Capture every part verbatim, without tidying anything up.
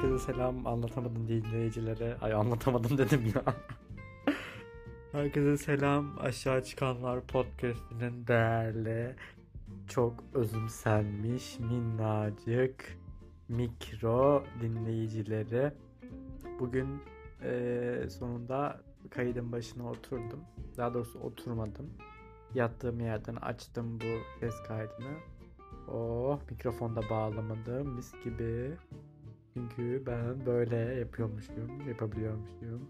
Herkese selam, anlatamadım dinleyicilere. Ay anlatamadım dedim ya. Herkese selam. Aşağı Çıkanlar Podcast'inin değerli, çok özümsenmiş, minnacık, mikro dinleyicileri. Bugün eee, sonunda kaydın başına oturdum. Daha doğrusu oturmadım. Yattığım yerden açtım bu ses kaydını. Oh, mikrofonda bağlamadım, mis gibi. Çünkü ben böyle yapıyormuşum, yapabiliyormuşum.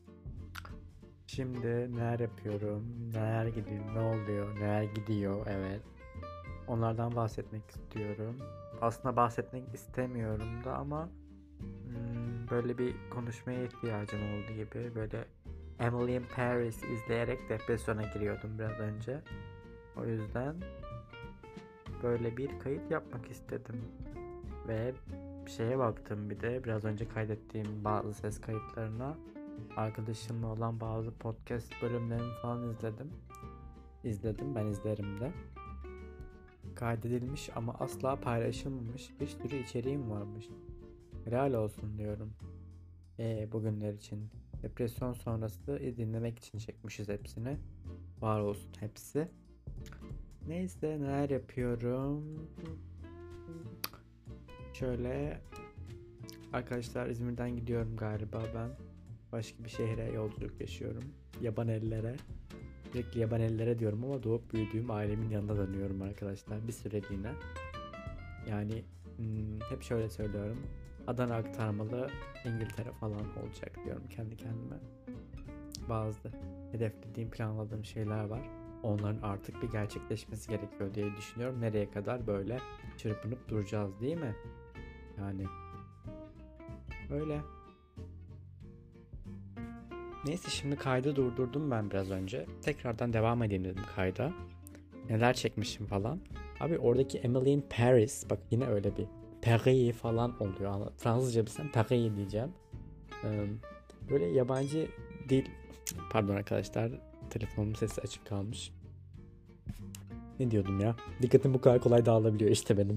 Şimdi neler yapıyorum, neler gidiyor, ne oluyor, neler gidiyor, evet. Onlardan bahsetmek istiyorum. Aslında bahsetmek istemiyorum da ama hmm, böyle bir konuşmaya ihtiyacım oldu gibi. Böyle Emily in Paris izleyerek depresyona giriyordum biraz önce. O yüzden böyle bir kayıt yapmak istedim. Ve bir şeye baktım, bir de biraz önce kaydettiğim bazı ses kayıtlarına, arkadaşımla olan bazı podcast bölümlerini falan izledim. İzledim, ben izlerim de. Kaydedilmiş ama asla paylaşılmamış bir sürü içeriğim varmış. Helal olsun diyorum. E, bugünler için. Depresyon sonrası dinlemek için çekmişiz hepsini. Var olsun hepsi. Neyse, neler yapıyorum. Şöyle, arkadaşlar, İzmir'den gidiyorum galiba ben. Başka bir şehre yolculuk yaşıyorum. Yaban ellere. Sürekli yaban ellere diyorum ama doğup büyüdüğüm ailemin yanına dönüyorum arkadaşlar. Bir süreliğine. Yani hmm, hep şöyle söylüyorum. Adana aktarmalı İngiltere falan olacak diyorum kendi kendime. Bazı hedeflediğim, planladığım şeyler var. Onların artık bir gerçekleşmesi gerekiyor diye düşünüyorum. Nereye kadar böyle çırpınıp duracağız, değil mi? Yani öyle. Neyse, şimdi kaydı durdurdum ben biraz önce. Tekrardan devam edeyim dedim kayda. Neler çekmişim falan. Abi oradaki Emily in Paris, bak yine öyle bir Paris falan oluyor. Fransızca bilsem Paris diyeceğim. Ee, böyle yabancı dil, pardon arkadaşlar, telefonum sesi açık kalmış. Ne diyordum ya? Dikkatim bu kadar kolay dağılabiliyor işte benim.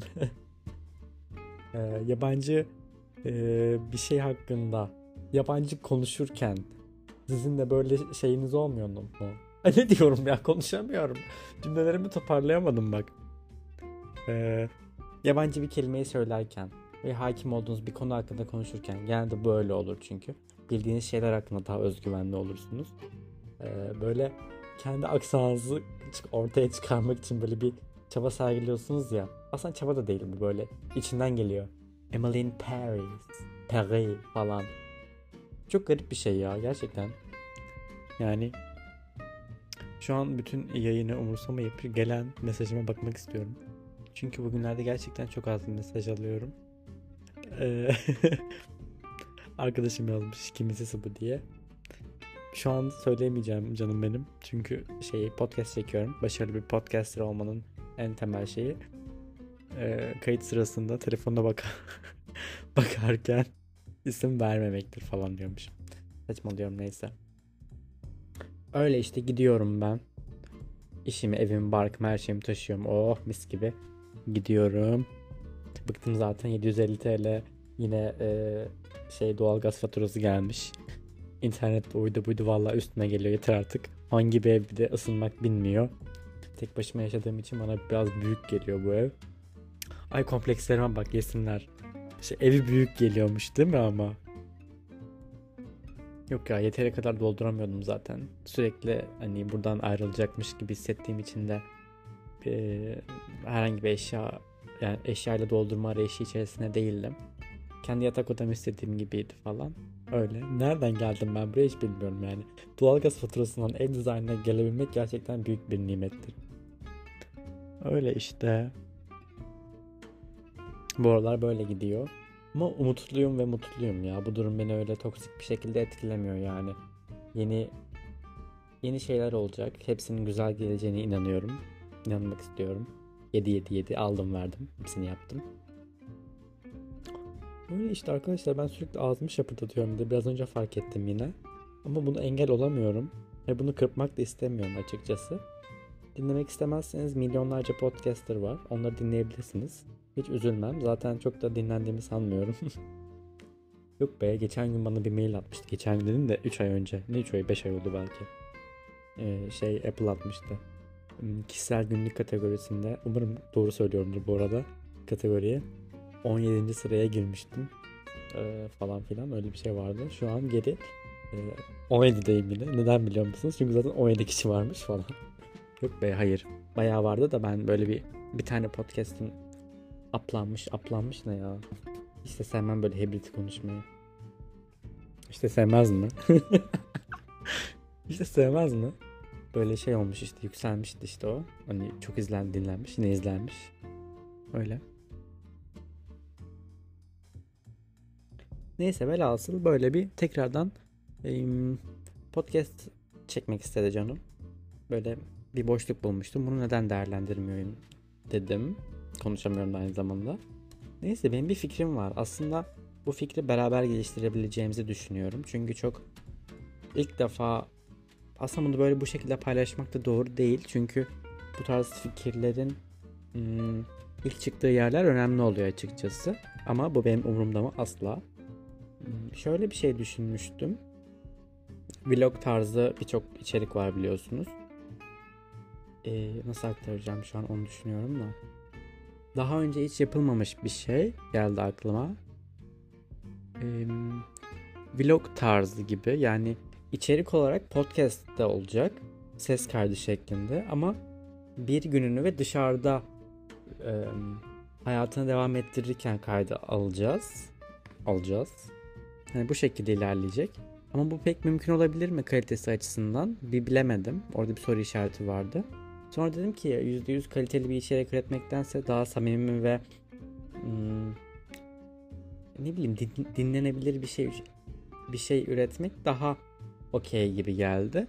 ee, yabancı e, bir şey hakkında yabancı konuşurken sizin de böyle şeyiniz olmuyor mu? Ay, ne diyorum ya, konuşamıyorum. Cümlelerimi toparlayamadım bak. Ee, yabancı bir kelimeyi söylerken ve hakim olduğunuz bir konu hakkında konuşurken genelde böyle olur çünkü. Bildiğiniz şeyler hakkında daha özgüvenli olursunuz. Ee, böyle kendi aksanınızı ortaya çıkarmak için böyle bir çaba sergiliyorsunuz ya. Aslında çaba da değil bu, böyle içinden geliyor. Emily in Paris, Paris falan. Çok garip bir şey ya gerçekten. Yani şu an bütün yayını umursamayıp gelen mesajıma bakmak istiyorum. Çünkü bugünlerde gerçekten çok az mesaj alıyorum. Ee, arkadaşım yazmış kimisisi bu diye. Şu an söyleyemeyeceğim canım benim. Çünkü şey, podcast çekiyorum. Başarılı bir podcaster olmanın en temel şeyi. Ee, kayıt sırasında telefonuna bak bakarken isim vermemektir falan diyormuşum. Saçmalıyorum, neyse. Öyle işte, gidiyorum ben. İşimi, evimi, barkımı, her şeyimi taşıyorum. Oh, mis gibi gidiyorum. Bıktım zaten. yedi yüz elli TL yine e, şey doğalgaz faturası gelmiş. İnternet uydu buydu vallahi üstüme geliyor, yeter artık. Hangi bir evde ısınmak bilmiyor. Tek başıma yaşadığım için bana biraz büyük geliyor bu ev. Ay, komplekslerime bak, yesinler. İşte evi büyük geliyormuş değil mi ama? Yok ya, yeteri kadar dolduramıyordum zaten. Sürekli hani buradan ayrılacakmış gibi hissettiğim için de e, herhangi bir eşya, yani eşyayla doldurma arayışı içerisinde değildim. Kendi yatak odamı istediğim gibiydi falan. Öyle. Nereden geldim ben buraya hiç bilmiyorum yani. Doğalgaz faturasından ev dizaynına gelebilmek gerçekten büyük bir nimettir. Öyle işte. Bu aralar böyle gidiyor. Ama umutluyum ve mutluyum ya. Bu durum beni öyle toksik bir şekilde etkilemiyor yani. Yeni yeni şeyler olacak. Hepsinin güzel geleceğine inanıyorum. İnanmak istiyorum. yedi yedi yedi aldım verdim. Hepsini yaptım. Böyle işte arkadaşlar, ben sürekli ağzımı şapırdatıyorum de biraz önce fark ettim yine. Ama bunu engel olamıyorum. Ve bunu kırpmak da istemiyorum açıkçası. Dinlemek istemezseniz milyonlarca podcaster var. Onları dinleyebilirsiniz. Hiç üzülmem. Zaten çok da dinlendiğimi sanmıyorum. Yok be, geçen gün bana bir mail atmıştı. Geçen gün dedim de üç ay önce. Ne üç ay, beş ay oldu belki. Ee, şey Apple atmıştı. Hmm, Kişisel günlük kategorisinde. Umarım doğru söylüyorumdur bu arada. Kategoriye. on yedinci sıraya girmiştim. Ee, falan filan öyle bir şey vardı. Şu an geri e, on yedideyim yine. Neden biliyor musunuz? Çünkü zaten on yedi kişi varmış falan. Yok be, hayır. Bayağı vardı da ben böyle bir bir tane podcast'in uplanmış. Uplanmış ne ya? İşte sevmem böyle hibrit konuşmayı. İşte sevmez mi? İşte sevmez mi? Böyle şey olmuş işte, yükselmişti işte o. Hani çok izlen dinlenmiş, yine izlenmiş. Öyle. Neyse, velhasıl böyle bir tekrardan em, podcast çekmek istedi canım. Böyle bir boşluk bulmuştum. Bunu neden değerlendirmiyorum dedim. Konuşamıyorum da aynı zamanda. Neyse, benim bir fikrim var. Aslında bu fikri beraber geliştirebileceğimizi düşünüyorum. Çünkü çok ilk defa aslında bunu böyle bu şekilde paylaşmak da doğru değil. Çünkü bu tarz fikirlerin hmm, ilk çıktığı yerler önemli oluyor açıkçası. Ama bu benim umurumda mı? Asla. Hmm, Şöyle bir şey düşünmüştüm. Vlog tarzı birçok içerik var biliyorsunuz. Ee, nasıl aktaracağım şu an onu düşünüyorum da. Daha önce hiç yapılmamış bir şey geldi aklıma. Ee, Vlog tarzı gibi, yani içerik olarak podcast'te olacak. Ses kaydı şeklinde ama bir gününü ve dışarıda e, hayatını devam ettirirken kaydı alacağız. Alacağız. Yani bu şekilde ilerleyecek. Ama bu pek mümkün olabilir mi kalitesi açısından? Bir bilemedim. Orada bir soru işareti vardı. Sonra dedim ki yüzde yüz kaliteli bir içerik üretmektense daha samimi ve hmm, ne bileyim din, dinlenebilir bir şey bir şey üretmek daha okey gibi geldi.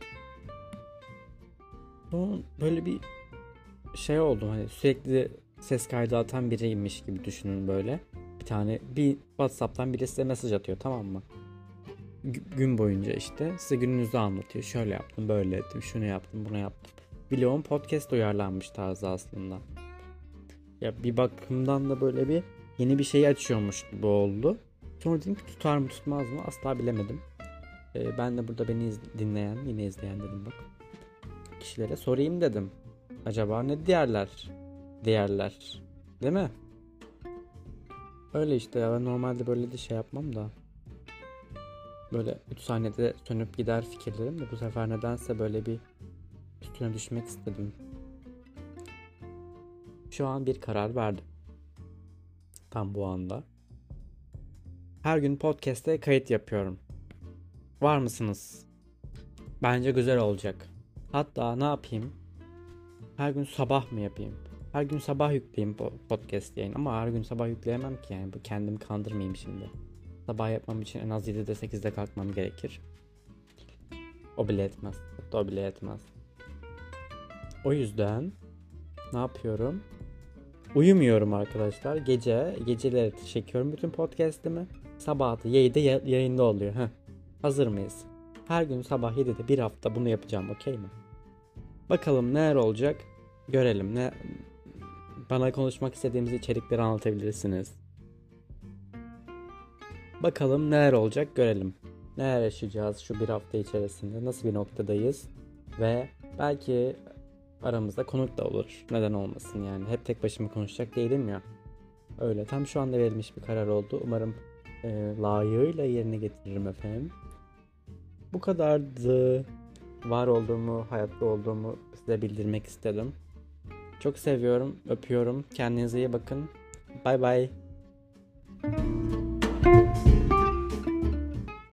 Sonra böyle bir şey oldu, hani sürekli ses kaydı atan biriymiş gibi düşünün böyle. Bir tane bir WhatsApp'tan biri size mesaj atıyor, tamam mı? G- gün boyunca işte size gününüzü anlatıyor. Şöyle yaptım, böyle ettim, şunu yaptım, bunu yaptım. Vlog'un podcast uyarlanmış tarzı aslında. Ya bir bakımdan da böyle bir yeni bir şey açıyormuş gibi oldu. Sonra dedim ki tutar mı tutmaz mı asla bilemedim. Ee, ben de burada beni iz- dinleyen, yine izleyen dedim bak, kişilere sorayım dedim. Acaba ne diğerler? Diğerler. Değil mi? Öyle işte ya, ben normalde böyle de şey yapmam da. Böyle üç saniyede sönüp gider fikirlerim de bu sefer nedense böyle bir üstüne düşmek istedim. Şu an bir karar verdim. Tam bu anda. Her gün podcast'te kayıt yapıyorum. Var mısınız? Bence güzel olacak. Hatta ne yapayım? Her gün sabah mı yapayım? Her gün sabah yükleyeyim podcast yayın. Ama her gün sabah yükleyemem ki yani. Bu, kendimi kandırmayayım şimdi. Sabah yapmam için en az yedide sekizde kalkmam gerekir. O bile etmez. Hatta o bile etmez. O yüzden ne yapıyorum? Uyumuyorum arkadaşlar. Gece, geceleri çekiyorum bütün podcast'imi. Sabah da yedide yayında oluyor. Heh. Hazır mıyız? Her gün sabah yedide bir hafta bunu yapacağım, okey mi? Bakalım neler olacak? Görelim. Ne bana konuşmak istediğimiz içerikleri anlatabilirsiniz. Bakalım neler olacak, görelim. Neler yaşayacağız şu bir hafta içerisinde? Nasıl bir noktadayız? Ve belki aramızda konuk da olur. Neden olmasın yani. Hep tek başıma konuşacak değilim ya. Öyle. Tam şu anda verilmiş bir karar oldu. Umarım e, layığıyla yerine getiririm efendim. Bu kadardı. Var olduğumu, hayatta olduğumu size bildirmek istedim. Çok seviyorum, öpüyorum. Kendinize iyi bakın. Bay bay.